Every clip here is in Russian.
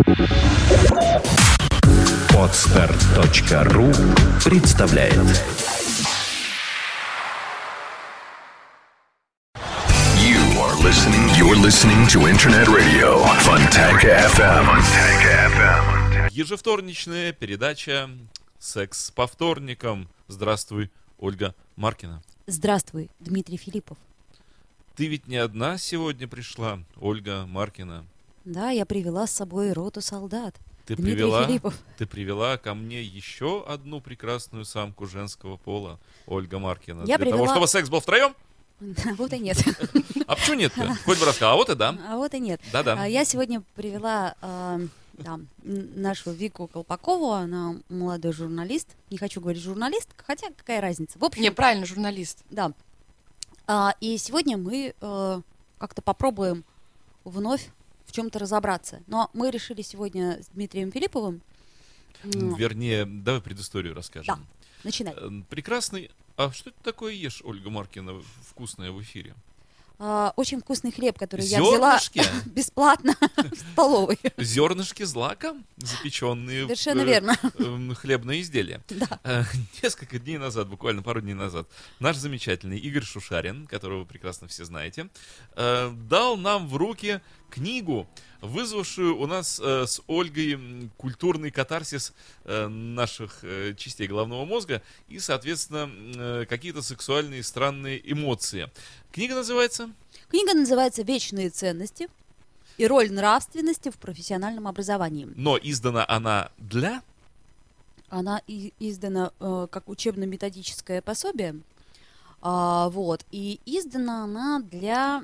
Podster.ru представляет. You're listening to Internet Radio Fontanka FM. Ежевторничная передача «Секс по вторникам». Здравствуй, Ольга Маркина. Здравствуй, Дмитрий Филиппов. Ты ведь не одна сегодня пришла, Ольга Маркина. Да, я привела с собой роту солдат. Ты Дмитрий Филиппов. привела ко мне еще одну прекрасную самку женского пола, Ольга Маркина. Я Для того, чтобы секс был втроем? Вот и нет. А почему нет-то? Хоть бы рассказала, а вот и да. А вот и нет. Да-да. Я сегодня привела нашу Вику Колпакову, она молодой журналист. Не хочу говорить журналист, хотя какая разница. В общем, правильно, журналист. Да. И сегодня мы как-то попробуем вновь в чем-то разобраться. Но мы решили сегодня с Дмитрием Филипповым... Вернее, давай предысторию расскажем. Да, начинай. Прекрасный... А что это такое ешь, Ольга Маркина, вкусное в эфире? Очень вкусный хлеб, который я взяла бесплатно в столовой. Зернышки злака, запеченные Совершенно верно. Хлебные изделия. Да. Несколько дней назад, буквально пару дней назад, наш замечательный Игорь Шушарин, которого вы прекрасно все знаете, дал нам в руки книгу, вызвавшую у нас с Ольгой культурный катарсис наших частей головного мозга и, соответственно, какие-то сексуальные странные эмоции. Книга называется? Книга называется «Вечные ценности и роль нравственности в профессиональном образовании». Но издана она для? Она издана как учебно-методическое пособие. И издана она для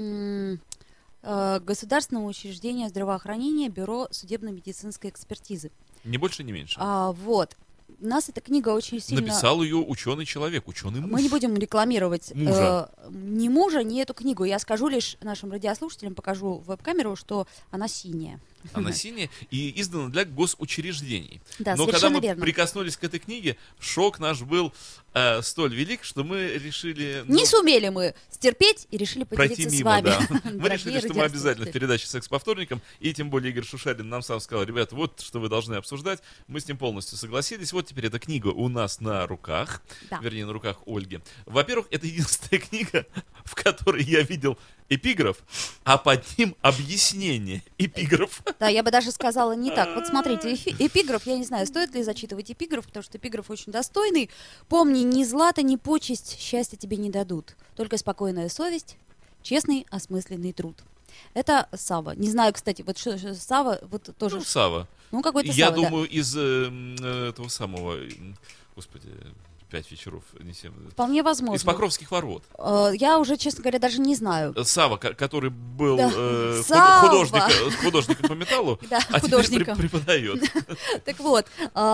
Государственного учреждения здравоохранения Бюро судебно-медицинской экспертизы. Ни больше, ни меньше. Нас эта книга очень сильно... Написал ее ученый человек, ученый муж. Мы не будем рекламировать ни мужа, ни эту книгу. Я скажу лишь нашим радиослушателям, покажу в веб-камеру, что она синяя. Она синяя и издана для госучреждений. Да, но когда мы верно. прикоснулись к этой книге, шок наш был столь велик, что мы решили... Не сумели мы стерпеть и решили поделиться пройти мимо, с вами. Да. Мы решили, что мы обязательно в передаче «Секс по вторникам», и тем более Игорь Шушарин нам сам сказал: ребята, вот что вы должны обсуждать. Мы с ним полностью согласились. Вот теперь эта книга у нас на руках, вернее, на руках Ольги. Во-первых, это единственная книга, в которой я видел эпиграф, а под ним объяснение эпиграфа. Да, я бы даже сказала не так. Вот смотрите, эпиграф, я не знаю, стоит ли зачитывать эпиграф, потому что эпиграф очень достойный. Помни, ни злато, ни почесть счастья тебе не дадут. Только спокойная совесть, честный, осмысленный труд. Это Савва. Не знаю, кстати, вот что Савва, вот тоже... Ну, Савва. Ну, какой-то Я Савва, думаю, из этого самого... Господи... 5 вечеров. Вполне возможно. Из Покровских ворот. Я уже, честно говоря, даже не знаю. Савва, который был художником по металлу, а теперь преподает. Так вот,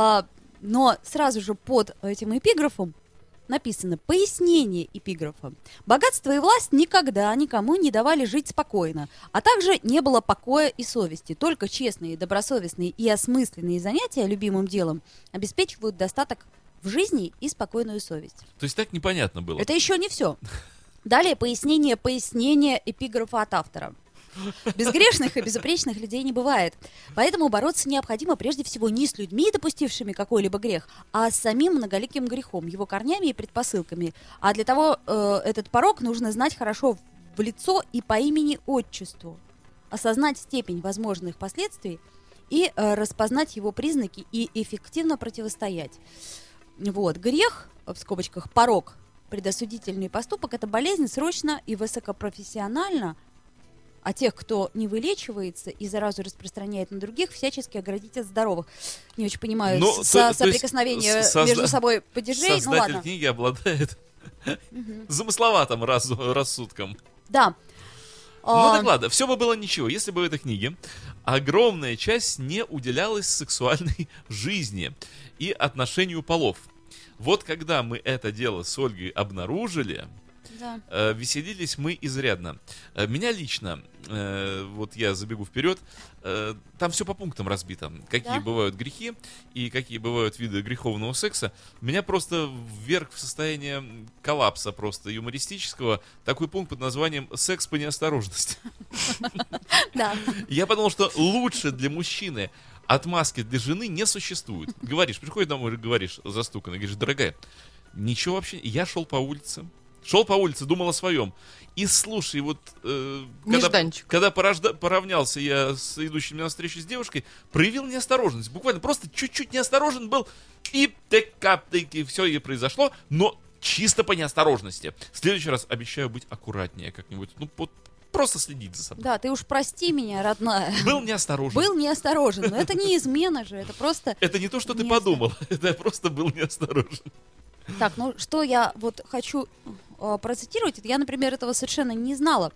но сразу же под этим эпиграфом написано пояснение эпиграфа. Богатство и власть никогда никому не давали жить спокойно, а также не было покоя и совести. Только честные, добросовестные и осмысленные занятия любимым делом обеспечивают достаток в жизни и спокойную совесть. То есть так непонятно было. Это еще не все. Далее пояснение эпиграфа от автора. Безгрешных и безупречных людей не бывает. Поэтому бороться необходимо прежде всего не с людьми, допустившими какой-либо грех, а с самим многоликим грехом, его корнями и предпосылками. А для того этот порок нужно знать хорошо в лицо и по имени-отчеству, осознать степень возможных последствий и распознать его признаки и эффективно противостоять. Вот. Грех, в скобочках, порок, предосудительный поступок — это болезнь срочно и высокопрофессионально, а тех, кто не вылечивается и заразу распространяет на других, всячески оградить от здоровых. Не очень понимаю, соприкосновение между собой падежей. Создатель книги обладает замысловатым рассудком. Да. Ну так ладно, все бы было ничего, если бы в этой книге огромная часть не уделялась сексуальной жизни и отношению полов. Вот когда мы это дело с Ольгой обнаружили, Да. Веселились мы изрядно. Меня лично, вот я забегу вперед, там все по пунктам разбито. Какие Да? бывают грехи и какие бывают виды греховного секса. Меня просто вверг в состояние коллапса просто юмористического такой пункт под названием «Секс по неосторожности». Да. Я подумал, что лучше для мужчины отмазки для жены не существует. Говоришь, приходит домой и говоришь, застуканный, говоришь: дорогая, ничего вообще, я шел по улице, думал о своем. И слушай, вот Нежданчик. когда поравнялся я с идущей меня навстречу с девушкой, проявил неосторожность. Буквально просто чуть-чуть неосторожен был, и все и произошло, но чисто по неосторожности. В следующий раз обещаю быть аккуратнее как-нибудь. Ну, вот просто следить за собой. Да, ты уж прости меня, родная. Был неосторожен. Был неосторожен, но это не измена же, это просто... Это не то, что ты Не подумал, это я просто был неосторожен. Так, ну что я вот хочу процитировать, я, например, этого совершенно не знала.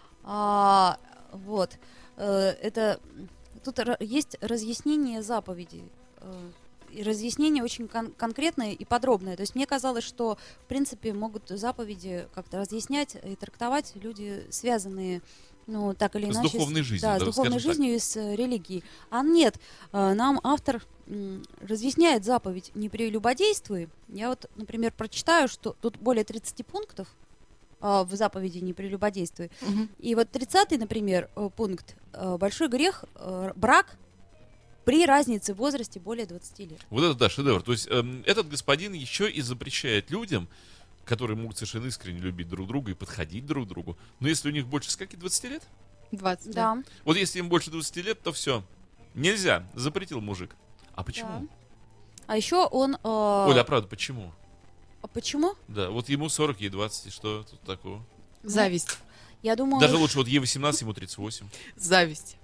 Вот, это тут есть разъяснение заповедей. И разъяснение очень конкретное и подробное. То есть мне казалось, что, в принципе, могут заповеди как-то разъяснять и трактовать люди, связанные, ну, так или С иначе... духовной жизнью, Да, с да, духовной скажем так. жизнью и с религией. А нет, нам автор разъясняет заповедь «не прелюбодействуй». Я вот, например, прочитаю, что тут более 30 пунктов в заповеди «не прелюбодействуй». Мгм. И вот 30-й, например, пункт «большой грех, брак при разнице в возрасте более 20 лет». Вот это, да, шедевр. То есть этот господин еще и запрещает людям, которые могут совершенно искренне любить друг друга и подходить друг к другу, но если у них больше, скольки, 20 лет? 20. Да. Вот если им больше 20 лет, то все. Нельзя. Запретил мужик. А почему? Да. А еще он... Оля, а правда, почему? А почему? Да, вот ему 40, ей 20, и что тут такого? Зависть. Я думаю, Даже лучше, вот ей 18, ему 38. Зависть.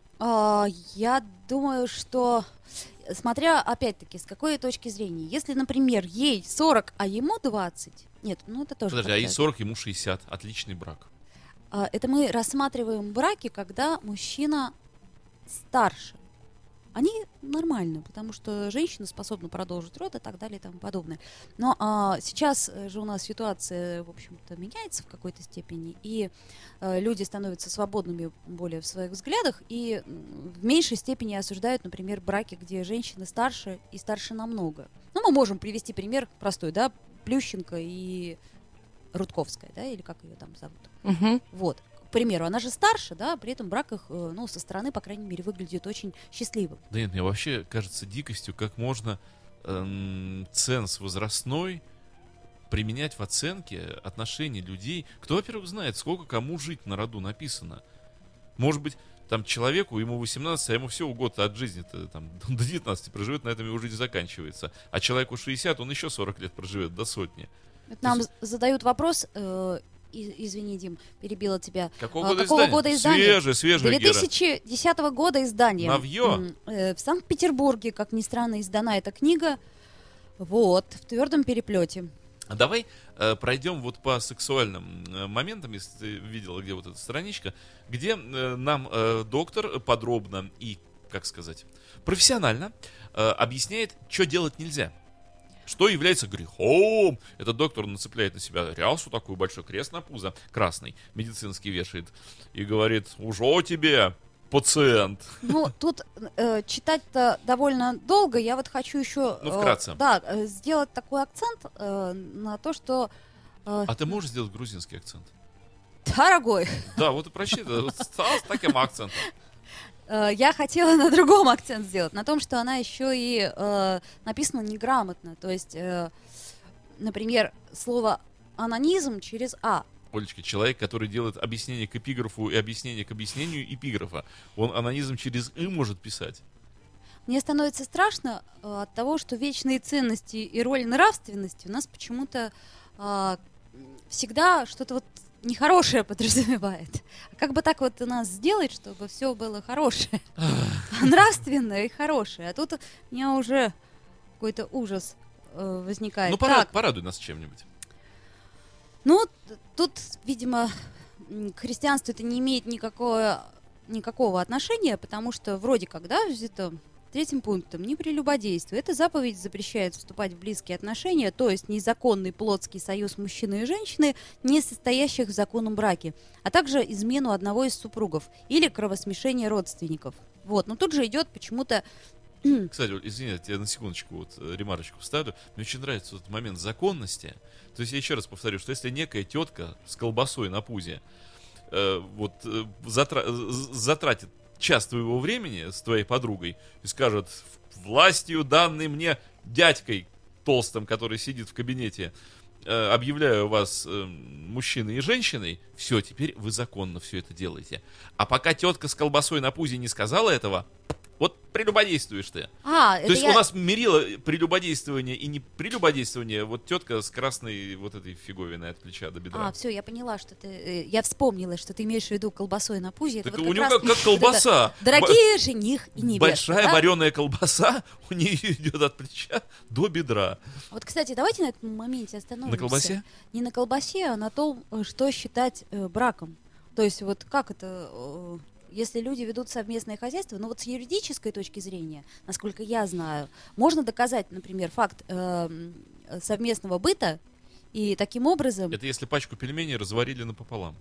я думаю, что, смотря, опять-таки, с какой точки зрения. Если, например, ей 40, а ему 20... Нет, ну это тоже... Подожди, а ей как-то- 40, ему 60. Отличный брак. Это мы рассматриваем браки, когда мужчина старше. Они нормальны, потому что женщина способна продолжить род и так далее и тому подобное. Но сейчас же у нас ситуация, в общем-то, меняется в какой-то степени, и люди становятся свободными более в своих взглядах, и в меньшей степени осуждают, например, браки, где женщины старше и старше намного. Ну, мы можем привести пример простой, да, Плющенко и Рудковская, да, или как ее там зовут. Мгм. Вот, к примеру, она же старше, да, при этом брак их, ну, со стороны, по крайней мере, выглядит очень счастливым. Да нет, мне вообще кажется дикостью, как можно ценз возрастной применять в оценке отношений людей. Кто, во-первых, знает, сколько кому жить на роду написано. Может быть, там человеку, ему 18, а ему всего год от жизни-то там, до 19 проживет, на этом его жизнь заканчивается. А человеку 60, он еще 40 лет проживет, до сотни. Это нам задают вопрос, извини, Дим, перебила тебя. Какого года какого издания? года издания? Свежее, Гера. 2010 года издания. Навье. В Санкт-Петербурге, как ни странно, издана эта книга. Вот, в твердом переплете. А давай пройдем вот по сексуальным моментам, если ты видела, где вот эта страничка, где нам доктор подробно и, как сказать, профессионально объясняет, что делать нельзя. Что является грехом? Этот доктор нацепляет на себя рясу, такой большой крест на пузо, красный, медицинский вешает, и говорит: «Ужо тебе, пациент». Ну, тут читать-то довольно долго. Я вот хочу еще Ну, вкратце. сделать такой акцент на то, что А ты можешь сделать грузинский акцент? дорогой, Да, вот и прочти, вот с таким акцентом. я хотела на другом акцент сделать, на том, что она еще и написана неграмотно. То есть, например, слово анонизм через А. Олечка, человек, который делает объяснение к эпиграфу и объяснение к объяснению эпиграфа, он анонизм через «и» может писать. Мне становится страшно от того, что вечные ценности и роль нравственности у нас почему-то всегда что-то вот нехорошее подразумевает. А как бы так вот у нас сделать, чтобы все было хорошее, нравственное и хорошее? А тут у меня уже какой-то ужас возникает. Ну, Так, порадуй нас чем-нибудь. ну, тут, видимо, к христианству это не имеет никакого отношения, потому что вроде как, да, взято третьим пунктом. Не прелюбодействуй. Эта заповедь запрещает вступать в близкие отношения, то есть незаконный плотский союз мужчины и женщины, не состоящих в законном браке, а также измену одного из супругов или кровосмешение родственников. Вот, но тут же идет почему-то... Кстати, извините, я на секундочку ремарочку вставлю. Мне очень нравится этот момент законности. То есть я еще раз повторю, что если некая тетка с колбасой на пузе затратит час твоего времени с твоей подругой и скажет: властью, данной мне дядькой толстым, который сидит в кабинете, объявляю вас мужчиной и женщиной, все, теперь вы законно все это делаете. А пока тетка с колбасой на пузе не сказала этого, вот прелюбодействуешь ты. То есть у нас мерило прелюбодействование и не прелюбодействование вот тетка с красной вот этой фиговиной от плеча до бедра. Все, я поняла, что ты... Я вспомнила, что ты имеешь в виду колбасой на пузе. Так у него как колбаса. Дорогие жених и невеста. Большая вареная колбаса у нее идет от плеча до бедра. Вот, кстати, давайте на этом моменте остановимся. На колбасе? Не на колбасе, а на том, что считать браком. То есть вот как это... Если люди ведут совместное хозяйство, ну вот с юридической точки зрения, насколько я знаю, можно доказать, например, факт совместного быта, и таким образом... Это если пачку пельменей разварили напополам.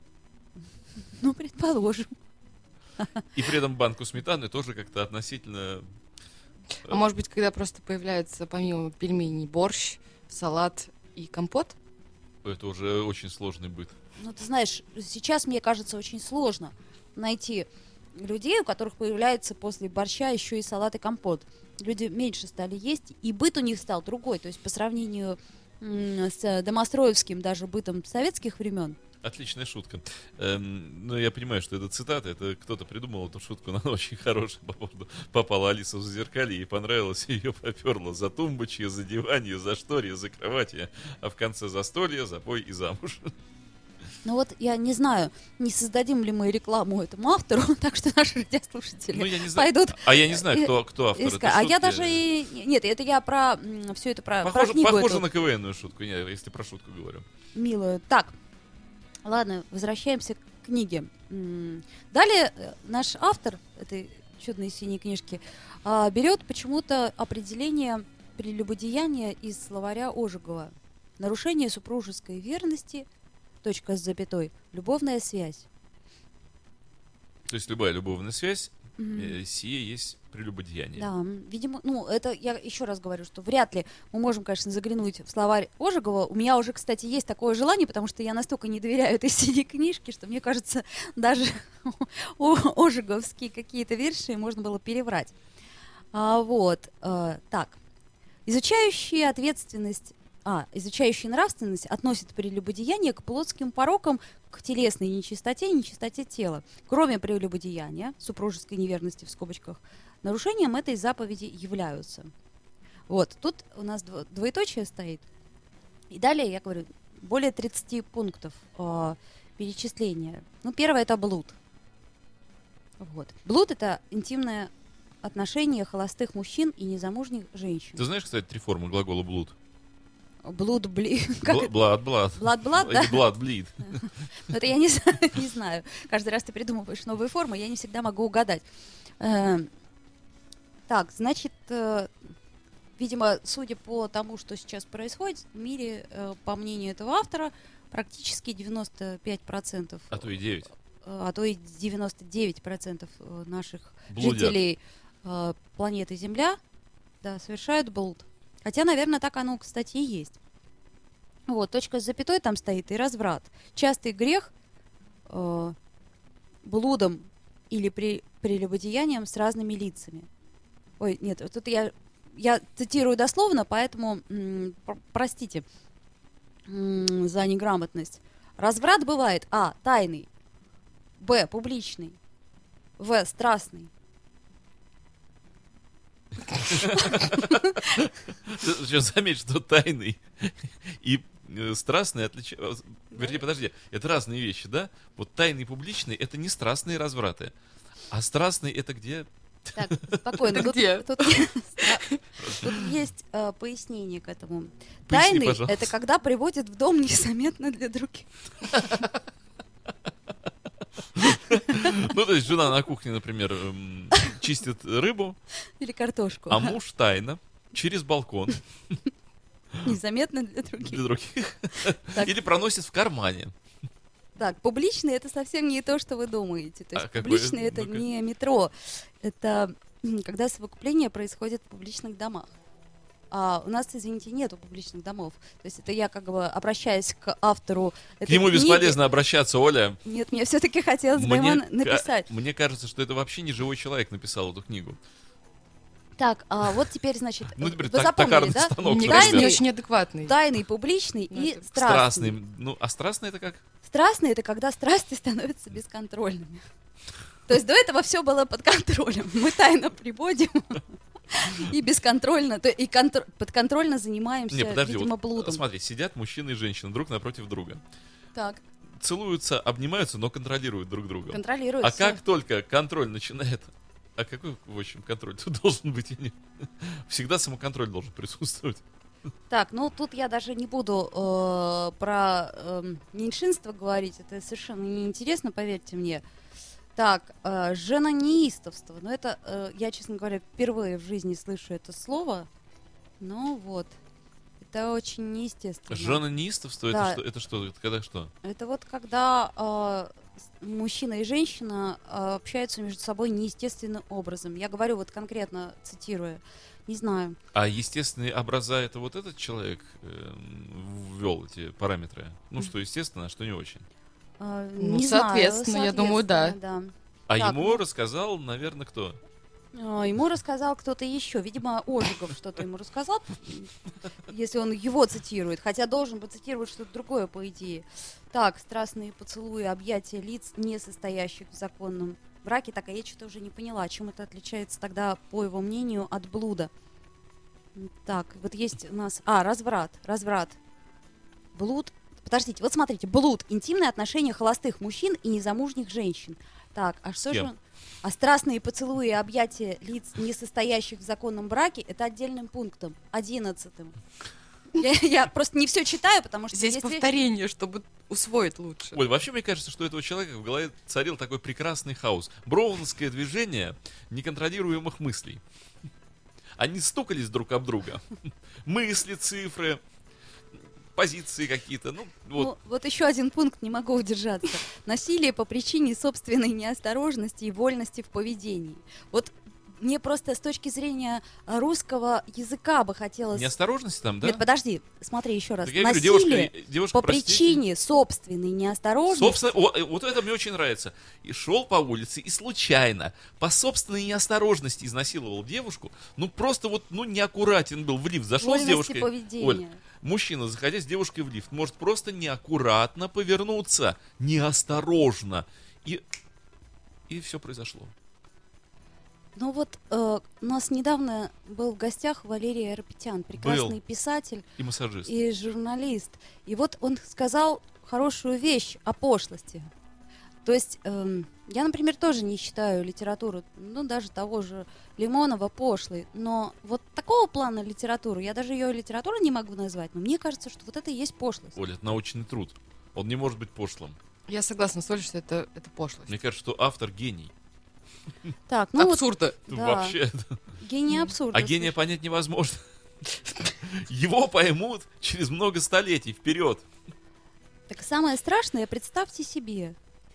Ну, предположим. И при этом банку сметаны тоже как-то относительно... А может быть, когда просто появляется помимо пельменей борщ, салат и компот? Это уже очень сложный быт. Ну, ты знаешь, сейчас, мне кажется, очень сложно найти людей, у которых появляется после борща еще и салат и компот. Люди меньше стали есть, и быт у них стал другой. То есть по сравнению с домостроевским даже бытом советских времен. Отличная шутка. Ну, я понимаю, что это цитата, это кто-то придумал эту шутку, но она очень хорошая по поводу попала Алиса в зазеркалье, ей понравилось, ее поперло за тумбочье, за диванье, за шторье, за кроватье, а в конце застолье, запой и замуж. Ну вот я не знаю, не создадим ли мы рекламу этому автору, так что наши радиослушатели пойдут. А я не знаю, кто автор этой шутки. А я даже и... Нет, это я про все это про книгу. Похоже на КВНную шутку, если про шутку говорю. Милую. Так, ладно, возвращаемся к книге. Далее наш автор этой чудной синей книжки берет почему-то определение прелюбодеяния из словаря Ожегова. Нарушение супружеской верности... Точка с запятой. Любовная связь. То есть любая любовная связь, сие есть прелюбодеяние. Да, видимо, ну, это я еще раз говорю, что вряд ли мы можем, конечно, заглянуть в словарь Ожегова. У меня уже, кстати, есть такое желание, потому что я настолько не доверяю этой синей книжке, что мне кажется, даже ожеговские какие-то версии можно было переврать. Так. Изучающие нравственность относит прелюбодеяние к плотским порокам, к телесной нечистоте и нечистоте тела. Кроме прелюбодеяния, супружеской неверности в скобочках, нарушением этой заповеди являются. Вот, тут у нас двоеточие стоит. И далее, я говорю, более 30 пунктов перечисления. Ну, первое — это блуд. Вот. Блуд — это интимное отношение холостых мужчин и незамужних женщин. Ты знаешь, кстати, 3 формы глагола блуд? Блуд, блид. Блад, да? Блад, блид. Это я не знаю. Каждый раз ты придумываешь новые формы, я не всегда могу угадать. Так, значит, видимо, судя по тому, что сейчас происходит в мире, по мнению этого автора, практически 95%. А то и 9%. А то и 99% наших блудят. Жителей планеты Земля совершают блуд. Хотя, наверное, так оно, кстати, и есть. Вот, точка с запятой там стоит и разврат. Частый грех блудом или прелюбодеянием с разными лицами. Ой, нет, тут я цитирую дословно, поэтому простите за неграмотность. Разврат бывает: а. Тайный, б. Публичный, в. Страстный. Сейчас заметь, что тайный и страстный отличаются. Вернее, подожди, это разные вещи, да? Вот тайный и публичный — это не страстные развраты. А страстный — это где? Так, спокойно. Тут есть пояснение к этому. Тайный — это когда приводят в дом незаметно для других. Ну, то есть жена на кухне, например, чистит рыбу, Или картошку. а муж тайно через балкон Незаметно для для других. других Так. или проносит в кармане. Так, публичный — это совсем не то, что вы думаете. То есть какое? публичный — это Ну-ка. не метро. Это когда совокупление происходит в публичных домах. А у нас, извините, нету публичных домов. То есть это я как бы обращаюсь к автору К этой нему книги. бесполезно обращаться, Оля. Нет, мне все-таки хотелось бы его написать. Мне кажется, что это вообще не живой человек написал эту книгу. Так, а вот теперь, значит, Ну, теперь вы запомнили, токарный да? станок, Мне например. кажется, не Тайный- очень адекватный. Тайный, публичный Ну, и это страстный. Страстный. Ну, а страстный это как? Страстный — это когда страсти становятся бесконтрольными. То есть до этого все было под контролем. Мы тайно прибудем и бесконтрольно, подконтрольно занимаемся, Не, подожди, видимо, вот блудом. смотри, сидят мужчина и женщина друг напротив друга. Так, Целуются, обнимаются, но контролируют друг друга. контролируют А всё. как только контроль начинает... А какой, в общем, контроль тут должен быть? Всегда самоконтроль должен присутствовать. Так, ну тут я даже не буду про меньшинство говорить, это совершенно неинтересно, поверьте мне. Так, женонеистовство, ну это, я, честно говоря, впервые в жизни слышу это слово, ну вот, это очень неестественно. Жанонистовство, Да. это что? Это когда что? Это вот когда мужчина и женщина общаются между собой неестественным образом. Я говорю вот конкретно, цитируя, не знаю. А естественные образа это вот этот человек ввел эти параметры? Ну, что естественно, а что не очень. Ну, Не знаю, соответственно, я думаю, да. соответственно, А Так, ему ну. рассказал, наверное, кто? Ему рассказал кто-то еще. Видимо, Ожегов что-то ему рассказал, если он его цитирует. Хотя должен бы цитировать что-то другое, по идее. Так, страстные поцелуи, объятия лиц, не состоящих в законном браке. Так, а я что-то уже не поняла, чем это отличается тогда, по его мнению, от блуда. Так, вот есть у нас... разврат. Блуд. Подождите, вот смотрите, блуд. Интимные отношения холостых мужчин и незамужних женщин. Так, а что кем? же... А страстные поцелуи и объятия лиц, не состоящих в законном браке, это отдельным пунктом, 11-м. Я просто не все читаю, потому что Здесь есть вещи- повторение, чтобы усвоить лучше. Оль, вообще мне кажется, что у этого человека в голове царил такой прекрасный хаос. Броуновское движение неконтролируемых мыслей. Они стукались друг об друга. Мысли, цифры, позиции какие-то. Ну, вот. Ну, вот еще один пункт, не могу удержаться. Насилие по причине собственной неосторожности и вольности в поведении. Вот мне просто с точки зрения русского языка бы хотелось... Неосторожность там, да? Нет, подожди, смотри еще раз. Так я говорю, Насилие девушка, по причине собственной неосторожности. Собственно, вот это мне очень нравится. И шел по улице и случайно, по собственной неосторожности изнасиловал девушку. Ну просто вот, ну неаккуратен был в лифт. Зашел с Вольности девушкой. поведения. Оль, мужчина, заходя с девушкой в лифт, может просто неаккуратно повернуться, неосторожно. И все произошло. Ну вот у нас недавно был в гостях Валерий Арапетян, прекрасный писатель И массажист. и журналист. И вот он сказал хорошую вещь о пошлости. То есть я, например, тоже не считаю литературу, ну даже того же Лимонова пошлой, но вот такого плана литературу, я даже ее литературой не могу назвать, но мне кажется, что вот это и есть пошлость. Оля, это научный труд. Он не может быть пошлым. Я согласна с Олей, что это пошлость. Мне кажется, что автор гений. Так, ну вот, Абсурда. да, Вообще. гений абсурда. А гения понять невозможно. Его поймут через много столетий вперед. Так самое страшное, представьте себе,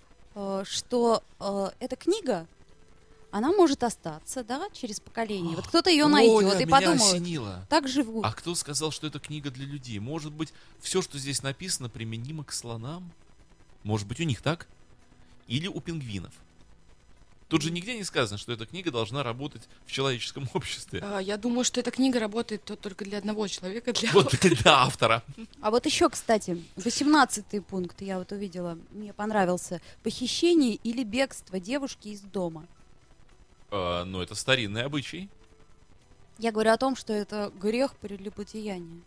что эта книга, она может остаться, да, через поколение. Вот кто-то ее найдет Оля, и меня подумает, осенило. так живут. А кто сказал, что это книга для людей? Может быть, все, что здесь написано, применимо к слонам? Может быть, у них так? Или у пингвинов? Тут же нигде не сказано, что эта книга должна работать в человеческом обществе. Я думаю, что эта книга работает только для одного человека, для Вот для автора. А вот еще, кстати, 18-й пункт я вот увидела, мне понравился. Похищение или бегство девушки из дома. Ну, это старинный обычай. Я говорю о том, что это грех прелюбодеяния.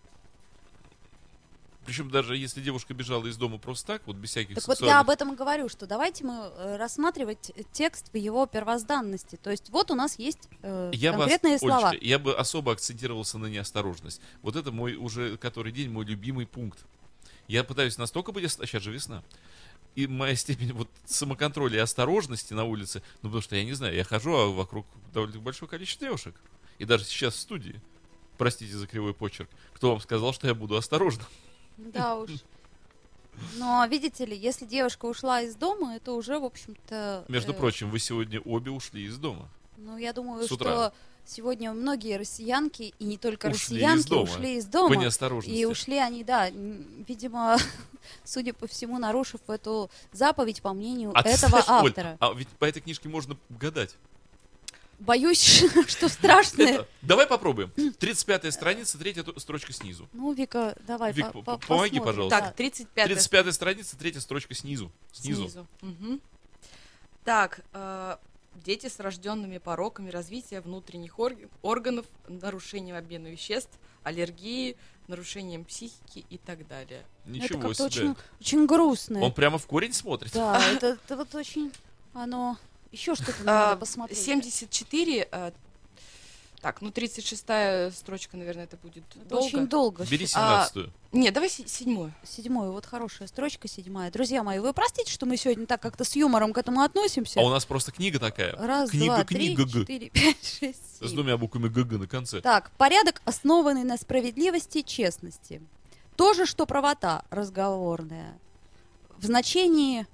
Причем даже если девушка бежала из дома просто так, вот без всяких Так вот сексуальных... я об этом и говорю, что давайте мы рассматривать текст в его первозданности. То есть вот у нас есть конкретные слова. Олечка, я бы особо акцентировался на неосторожность. Вот это мой уже который день мой любимый пункт. Я пытаюсь настолько быть... Сейчас же весна. и моя степень вот самоконтроля и осторожности на улице, ну, потому что, я не знаю, я хожу, а вокруг довольно большое количество девушек. И даже сейчас в студии, простите за кривой почерк, кто вам сказал, что я буду осторожным? Да уж. Но, видите ли, если девушка ушла из дома, это уже, в общем-то... Между прочим, вы сегодня обе ушли из дома. Ну, я думаю, с утра. что сегодня многие россиянки, и не только Ушли россиянки, из дома. ушли из дома. По неосторожности. И ушли они, да, видимо, судя по всему, нарушив эту заповедь, по мнению А ты этого знаешь, Оль, автора. а ведь по этой книжке можно гадать. Боюсь, что страшное. Давай попробуем. 35-я страница, 3-я строчка снизу. Ну, Вика, давай, Вик, помоги, посмотрим. пожалуйста. Так, 35-я 35-я страница, 3-я строчка снизу. снизу. Мгм. Так, дети с рожденными пороками развития внутренних органов, нарушением обмена веществ, аллергии, нарушением психики и так далее. Это Ничего как-то себе. очень, очень грустно. Он прямо в корень смотрит. Да, это вот очень... Оно... Еще что-то надо посмотреть. 74, так, ну 36-я строчка, наверное, это будет Это долго. очень долго. Бери 17-ю. Нет, давай 7-ю. 7-ю, вот хорошая строчка, 7-я. Друзья мои, вы простите, что мы сегодня так как-то с юмором к этому относимся. А у нас просто книга такая. Раз, Книга, два, три, книга, Г. 4, 5, 6, С 7. двумя буквами ГГ на конце. Так, порядок, основанный на справедливости и честности. То же, что правота разговорная. В значении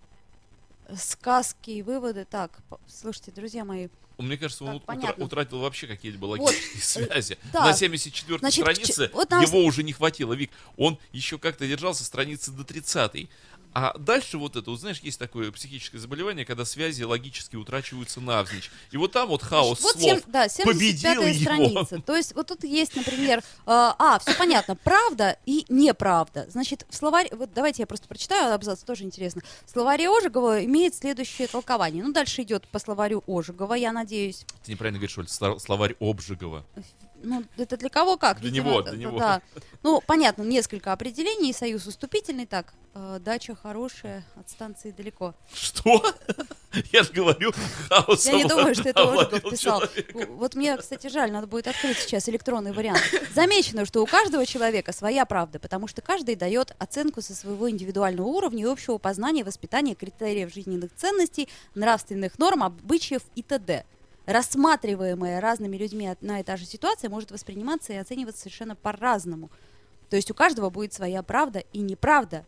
сказки и выводы. Так, слушайте, друзья мои. Мне кажется, он Так, понятно. утратил вообще какие-либо Вот, логические связи. да. На 74-й Значит, странице вот нам- его уже не хватило, Вик. Он еще как-то держался страницы до 30-й. А дальше вот это, вот знаешь, есть такое психическое заболевание, когда связи логически утрачиваются навзничь. И вот там вот хаос Вот слов 75-я победил его. страница. То есть вот тут есть, например, все понятно, правда и неправда. Значит, в словаре, вот давайте я просто прочитаю абзац, тоже интересно. В словаре Ожегова имеет следующее толкование. Ну, дальше идет по словарю Ожегова, я надеюсь. Ты неправильно говоришь, Оль, словарь Обжигова. Ну, это для кого как? Для видимо, него, для него. Да. Ну, понятно, несколько определений. Союз уступительный, так, дача хорошая, от станции далеко. Что? Я же говорю, хаос Я не думаю, что это овладел Ожегов писал. человеком. Вот мне, кстати, жаль, надо будет открыть сейчас электронный вариант. Замечено, что у каждого человека своя правда, потому что каждый дает оценку со своего индивидуального уровня и общего познания, воспитания, критериев жизненных ценностей, нравственных норм, обычаев и т.д. Рассматриваемая разными людьми одна и та же ситуация может восприниматься и оцениваться совершенно по-разному. То есть у каждого будет своя правда и неправда.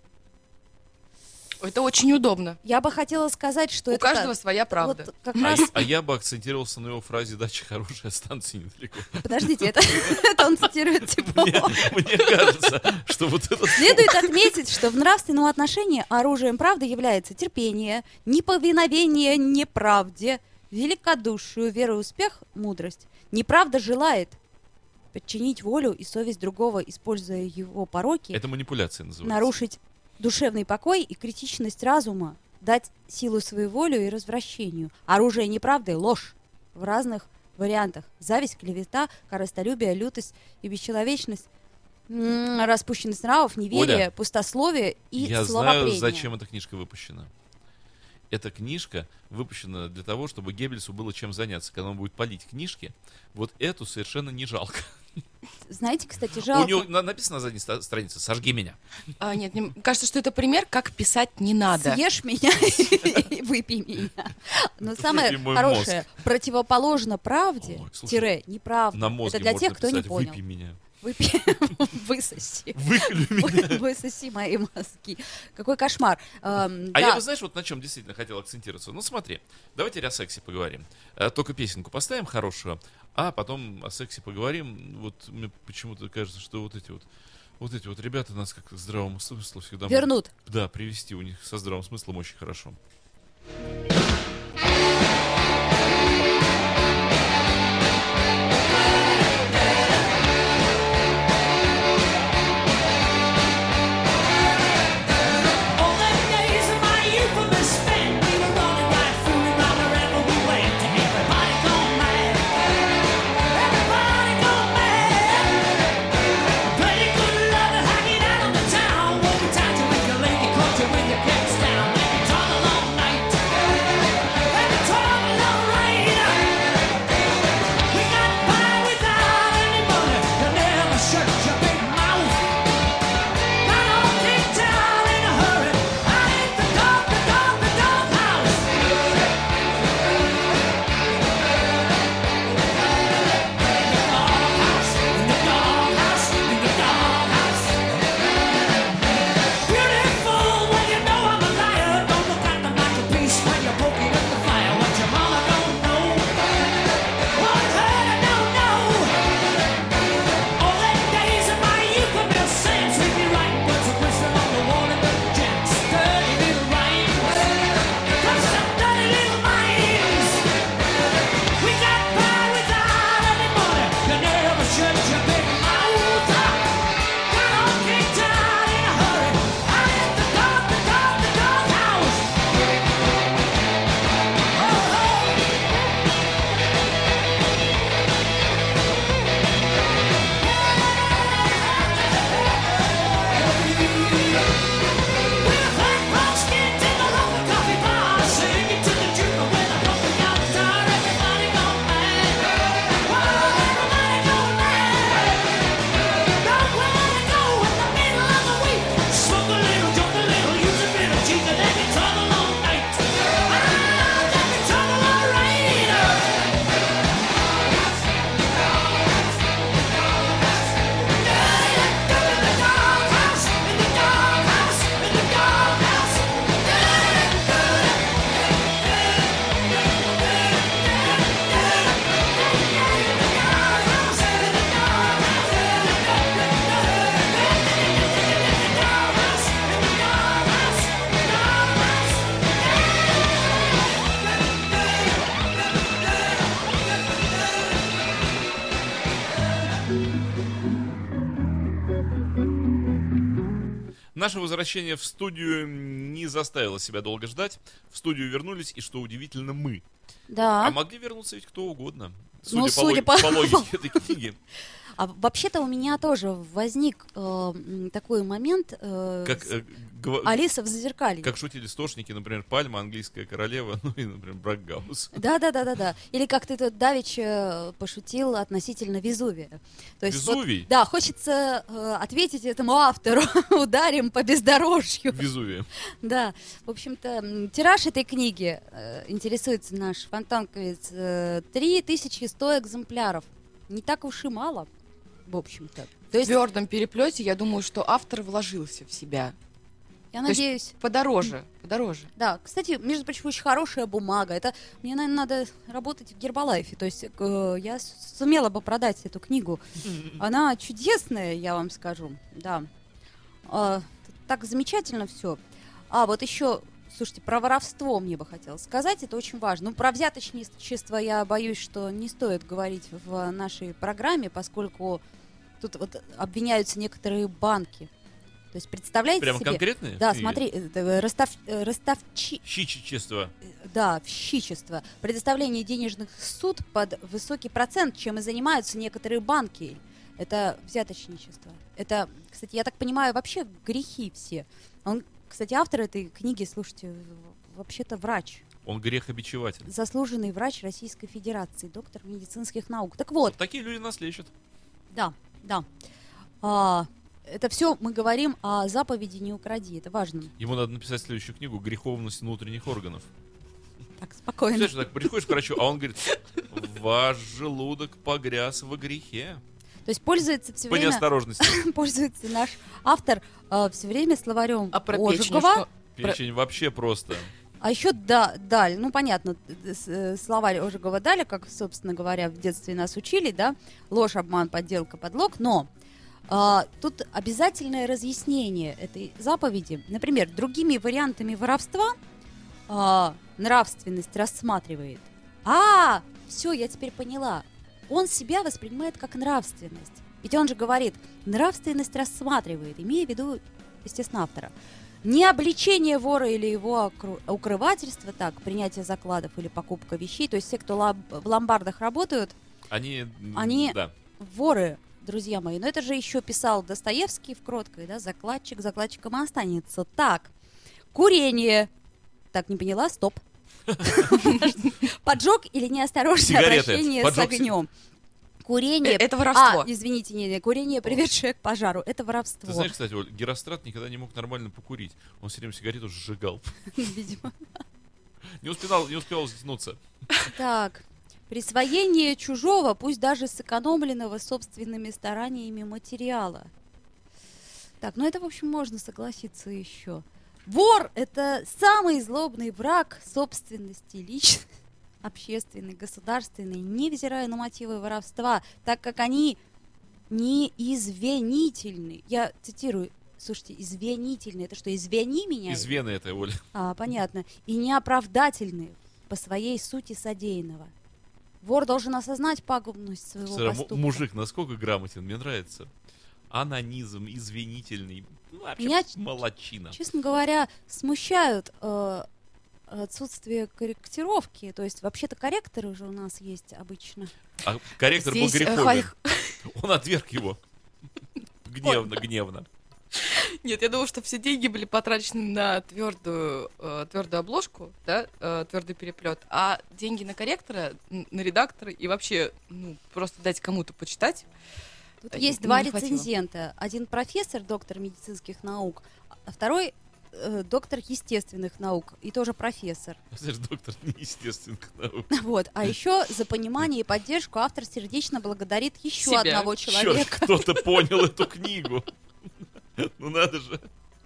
Это очень удобно. Я бы хотела сказать, что У это... каждого своя правда. Вот как раз... А я бы акцентировался на его фразе «дача хорошая, станции недалеко». Подождите, это он цитирует типа... Мне кажется, что вот это... Следует отметить, что в нравственном отношении оружием правды является терпение, неповиновение неправде, великодушию, веру, успех, мудрость. Неправда желает подчинить волю и совесть другого, используя его пороки, Это манипуляция называется. нарушить душевный покой и критичность разума, дать силу своей воле и развращению. Оружие неправды — ложь в разных вариантах. Зависть, клевета, корыстолюбие, лютость и бесчеловечность, распущенность нравов, неверие, Оля, пустословие и Я словопрение. знаю, зачем эта книжка выпущена. Эта книжка выпущена для того, чтобы Геббельсу было чем заняться. Когда он будет палить книжки, вот эту совершенно не жалко. Знаете, кстати, У жалко. него написано на задней странице «Сожги меня». Нет, мне кажется, что это пример, как писать не надо. Съешь меня и выпей меня. Но самое Выпей мой хорошее, противоположно правде, Ой, слушай, тире, неправда. На мозге Это для можно тех, кто не писать понял. «Выпей меня». Выпей, высоси. Выклюй меня. Высоси мои мозги. Какой кошмар. А Да. я бы, знаешь, вот на чем действительно хотел акцентироваться. Ну смотри, давайте о сексе поговорим. Только песенку поставим хорошую, а потом о сексе поговорим. Вот мне почему-то кажется, что вот эти вот ребята нас как к здравому смыслу всегда Вернут. Да, привести у них со здравым смыслом очень хорошо. All the days of my youth were misspent. We were running right, fooling around wherever we went. Everybody gone mad. Everybody gone mad. Pretty good loving, hanging out on the town. Walking down to with your lady, caught you with your pants down. Making time a long night. Наше возвращение в студию не заставило себя долго ждать. В студию вернулись, и, что удивительно, мы. Да. А могли вернуться ведь кто угодно. Ну, Судя по логике этой книги. А вообще-то у меня тоже возник такой момент. Алиса в зазеркалье. Как шутили стошники, например, Пальма, английская королева, ну и, например, Бракгаус. Да. Или как ты тут давеча пошутил относительно Везувия. То есть Везувий? Вот, да, хочется ответить этому автору. Ударим по бездорожью. Везувия. Да, в общем-то, тираж этой книги, интересуется наш фонтанковец, 3100 экземпляров. Не так уж и мало, в общем-то. То В есть, твердом переплете, я думаю, что автор вложился в себя. я То есть надеюсь... подороже. Да, кстати, между прочим, очень хорошая бумага. Это мне, наверное, надо работать в Гербалайфе. То есть я сумела бы продать эту книгу. Она чудесная, я вам скажу. Да. Так замечательно все. А вот еще, слушайте, про воровство мне бы хотелось сказать. Это очень важно. Ну, про взяточничество я боюсь, что не стоит говорить в нашей программе, поскольку тут вот обвиняются некоторые банки. То есть, представляете Прямо себе? конкретные? Да, книги? смотри, Щичечество. Да, вщичество. Предоставление денежных суд под высокий процент, чем и занимаются некоторые банки. Это взяточничество. Это, кстати, я так понимаю, вообще грехи все. Он, кстати, автор этой книги, слушайте, вообще-то врач. Он грехобичеватель. Заслуженный врач Российской Федерации, доктор медицинских наук. Так вот, Вот такие люди нас лечат. да. Это все мы говорим о заповеди «Не укради». Это важно. Ему надо написать следующую книгу «Греховность внутренних органов». Так, спокойно. Представляешь, так приходишь к врачу, а он говорит: ваш желудок погряз во грехе. То есть пользуется все По время... неосторожности. Пользуется наш автор все время словарем А про печень Ожегова. что? Печень вообще просто. А еще Даль, ну понятно, словарь Ожегова Даля, как, собственно говоря, в детстве нас учили, да, ложь, обман, подделка, подлог, но тут обязательное разъяснение этой заповеди. Например, другими вариантами воровства нравственность рассматривает. Все, я теперь поняла. Он себя воспринимает как нравственность. Ведь он же говорит, нравственность рассматривает, имея в виду, естественно, автора. Не обличение вора или его укрывательство, так, принятие закладов или покупка вещей. То есть все, кто в ломбардах работают, Они да. воры, друзья мои. Но это же еще писал Достоевский в «Кроткой», да, закладчик закладчиком останется. Так, курение. Так, не поняла, стоп. Поджог или неосторожное Сигареты. обращение с Поджог огнем. Курение... Это воровство. Извините, не, курение, приведшее к пожару. Это воровство. Ты знаешь, кстати, Оль, Герострат никогда не мог нормально покурить. Он все время сигарету сжигал. Видимо. Не успевал затянуться. Так, присвоение чужого, пусть даже сэкономленного собственными стараниями материала. Так, ну это, в общем, можно согласиться еще. Вор – это самый злобный враг собственности личной, общественной, государственной, невзирая на мотивы воровства, так как они не извинительны. Я цитирую, слушайте, извинительны. Это что, извини меня? Из вены это, Оля. Понятно. И неоправдательны по своей сути содеянного. Вор должен осознать пагубность своего Слушай, поступка. мужик насколько грамотен, мне нравится. Анонизм, извинительный. Ну, вообще Меня, молодчина. честно говоря, смущают отсутствие корректировки. То есть, вообще-то, корректоры уже у нас есть обычно. А корректор был Здесь, греховен. Он отверг его. Гневно. Нет, я думаю, что все деньги были потрачены на твердую обложку, да, твердый переплет, а деньги на корректора, на редактора и вообще, просто дать кому-то почитать. Тут есть два не хватило. рецензента. Один профессор, доктор медицинских наук, а второй доктор естественных наук и тоже профессор. Знаешь, доктор неестественных наук. Вот. А еще за понимание и поддержку автор сердечно благодарит еще Себя. одного Черт, человека. кто-то понял эту книгу. Ну надо же.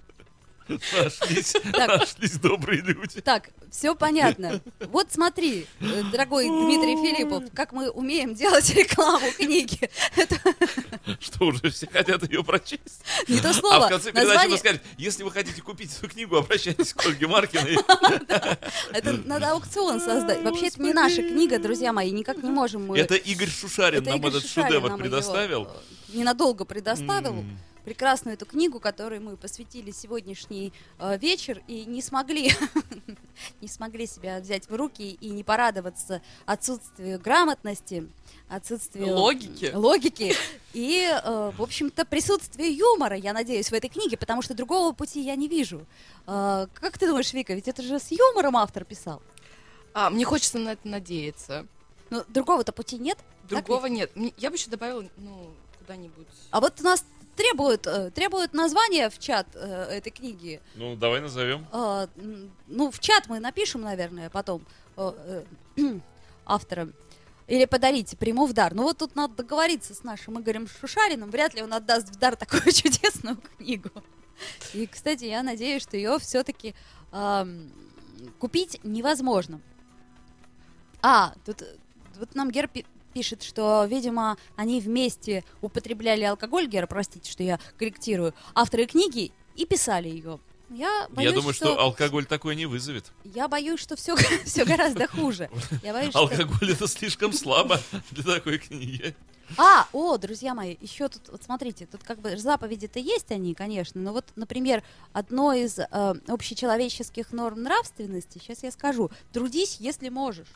Нашлись добрые люди. Так, все понятно. Вот смотри, дорогой Дмитрий Филиппов, как мы умеем делать рекламу книги. Это Что, уже все хотят ее прочесть? не то А слово. в конце передачи Название- вы скажете: если вы хотите купить эту книгу, обращайтесь к Ольге Маркиной. Это надо аукцион создать. Вообще, это не наша книга, друзья мои, никак не можем мы... Это Игорь Шушарин Это нам Игорь этот Шушарин шедевр нам её, предоставил. ненадолго предоставил. прекрасную эту книгу, которой мы посвятили сегодняшний вечер, и не смогли себя взять в руки и не порадоваться отсутствию грамотности, отсутствию логики и, в общем-то, присутствию юмора, я надеюсь, в этой книге, потому что другого пути я не вижу. Как ты думаешь, Вика, ведь это же с юмором автор писал? Мне хочется на это надеяться. Но другого-то пути нет? Другого нет. Я бы еще добавила, куда-нибудь. А вот у нас требуют название в чат этой книги. Ну, давай назовем. В чат мы напишем, наверное, потом авторам. Или подарите, приму в дар. Ну вот тут надо договориться с нашим Игорем Шушариным. Вряд ли он отдаст в дар такую чудесную книгу. И, кстати, я надеюсь, что ее все-таки купить невозможно. Тут вот нам Гер пишет, что, видимо, они вместе употребляли алкоголь, Гера, простите, что я корректирую, авторы книги и писали ее. Я думаю, что алкоголь такой не вызовет. Я боюсь, что все гораздо хуже. Алкоголь это слишком слабо для такой книги. Друзья мои, еще тут, вот смотрите, тут как бы заповеди-то есть они, конечно, но вот, например, одно из общечеловеческих норм нравственности, сейчас я скажу, трудись, если можешь.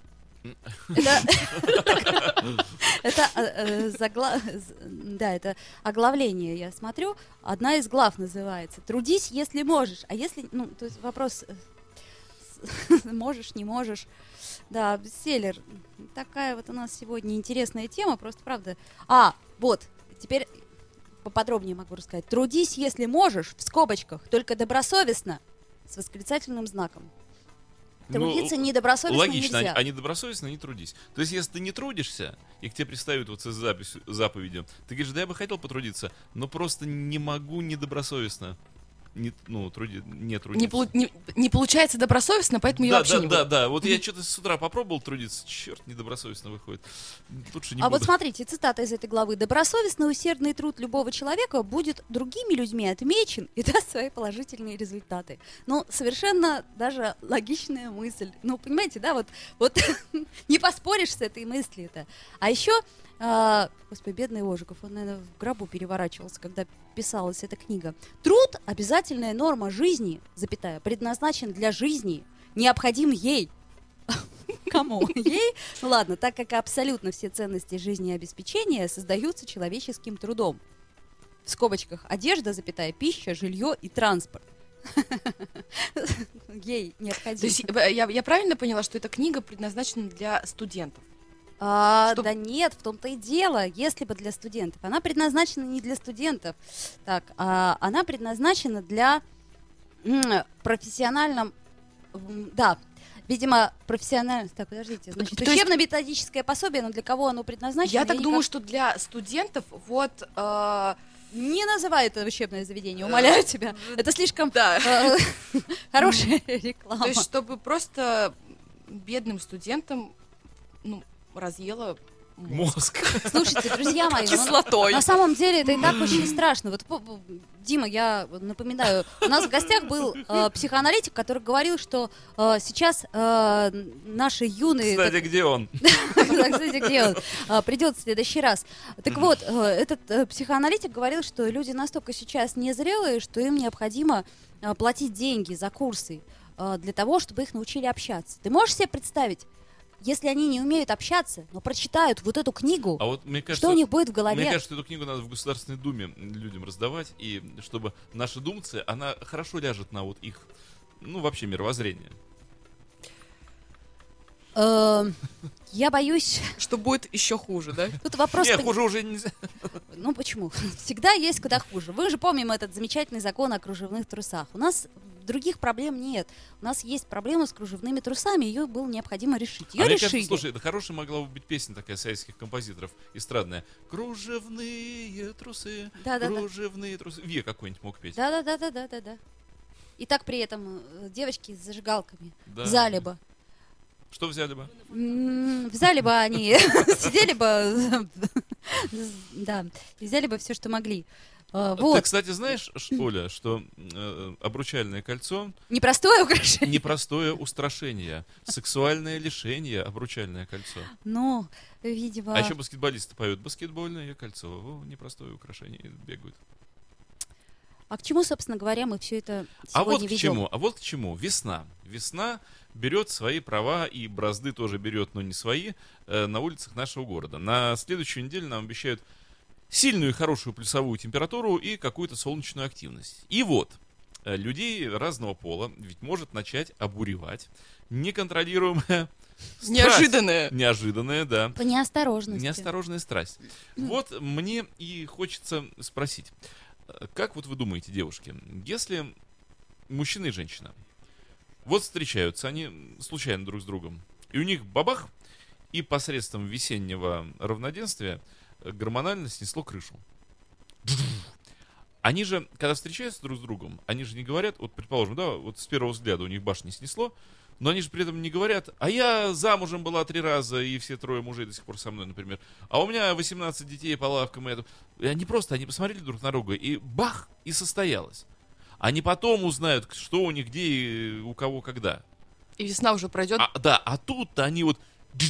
Это оглавление, я смотрю, одна из глав называется «Трудись, если можешь». А если, то есть вопрос можешь, не можешь. Да, бестселлер. Такая вот у нас сегодня интересная тема, просто правда. Вот, теперь поподробнее могу рассказать. «Трудись, если можешь», в скобочках, только добросовестно, с восклицательным знаком. Трудиться недобросовестно логично, нельзя. А недобросовестно не трудись. То есть, если ты не трудишься, и к тебе пристают вот с заповедью, ты говоришь, да я бы хотел потрудиться, но просто не могу недобросовестно. Не трудиться. Не получается добросовестно, поэтому я вообще не буду. Да. Вот я что-то с утра попробовал трудиться, черт, недобросовестно выходит. Лучше не буду. Вот смотрите, цитата из этой главы. «Добросовестный усердный труд любого человека будет другими людьми отмечен и даст свои положительные результаты». Совершенно даже логичная мысль. Понимаете, да, вот не поспоришь с этой мыслью-то. А еще, господи, бедный Ожиков, он, наверное, в гробу переворачивался, когда писалась эта книга. Труд — обязательная норма жизни, предназначен для жизни, необходим ей. Кому? Ей? Ладно, так как абсолютно все ценности жизнеобеспечения создаются человеческим трудом. В скобочках одежда, пища, жилье и транспорт. Ей необходимо. То есть я правильно поняла, что эта книга предназначена для студентов? Да нет, в том-то и дело, если бы для студентов. Она предназначена не для студентов, она предназначена для профессиональном, видимо, профессиональном, подождите, значит, учебно-методическое пособие, но для кого оно предназначено? Я так думаю, что для студентов не называй это учебное заведение, умоляю тебя, это слишком хорошая реклама. То есть, чтобы просто бедным студентам, разъела мозг. Слушайте, друзья мои, кислотой. На самом деле это и так очень страшно. Вот, Дима, я напоминаю, у нас в гостях был психоаналитик, который говорил, что сейчас наши юные... Кстати, где он? Кстати, где он? Придет в следующий раз. Так вот, этот психоаналитик говорил, что люди настолько сейчас незрелые, что им необходимо платить деньги за курсы для того, чтобы их научили общаться. Ты можешь себе представить, если они не умеют общаться, но прочитают вот эту книгу, мне кажется, что у них будет в голове? Мне кажется, что эту книгу надо в Государственной Думе людям раздавать, и чтобы наши думцы, она хорошо ляжет на вот их, вообще мировоззрение. Я боюсь... Что будет еще хуже, да? Тут вопрос... Нет, хуже уже нельзя. Почему? Всегда есть куда хуже. Мы же помним этот замечательный закон о кружевных трусах. У нас других проблем нет. У нас есть проблема с кружевными трусами, ее было необходимо решить. Ее решили. Кажется, слушай, это хорошая могла бы быть песня такая советских композиторов, эстрадная. Кружевные трусы, кружевные трусы. Ве какой-нибудь мог петь. Да. И так при этом девочки с зажигалками взяли бы. Что взяли бы? Взяли бы они, сидели бы, и взяли бы все, что могли. Ты, кстати, знаешь, Оля, что обручальное кольцо... Непростое украшение. Непростое устрашение. Сексуальное лишение, обручальное кольцо. Видимо... А еще баскетболисты поют: баскетбольное кольцо, непростое украшение, бегают. А к чему, собственно говоря, мы все это А вот сегодня к ведем? чему? А вот к чему? Весна. Весна берет свои права, и бразды тоже берет, но не свои, на улицах нашего города. На следующую неделю нам обещают сильную и хорошую плюсовую температуру и какую-то солнечную активность. И вот, людей разного пола ведь может начать обуревать неконтролируемая страсть. Неожиданная, да. По неосторожности. Неосторожная страсть. Вот мне и хочется спросить, как вот вы думаете, девушки, если мужчина и женщина вот встречаются они случайно друг с другом, и у них бабах, и посредством весеннего равноденствия гормонально снесло крышу. Они же, когда встречаются друг с другом, они же не говорят, вот предположим, да, вот с первого взгляда у них башни снесло, но они же при этом не говорят, а я замужем была 3 раза, и все 3 мужей до сих пор со мной, например. А у меня 18 детей по лавкам. И они посмотрели друг на друга, и бах, и состоялось. Они потом узнают, что у них, где, и у кого, когда. И весна уже пройдет. А тут они вот...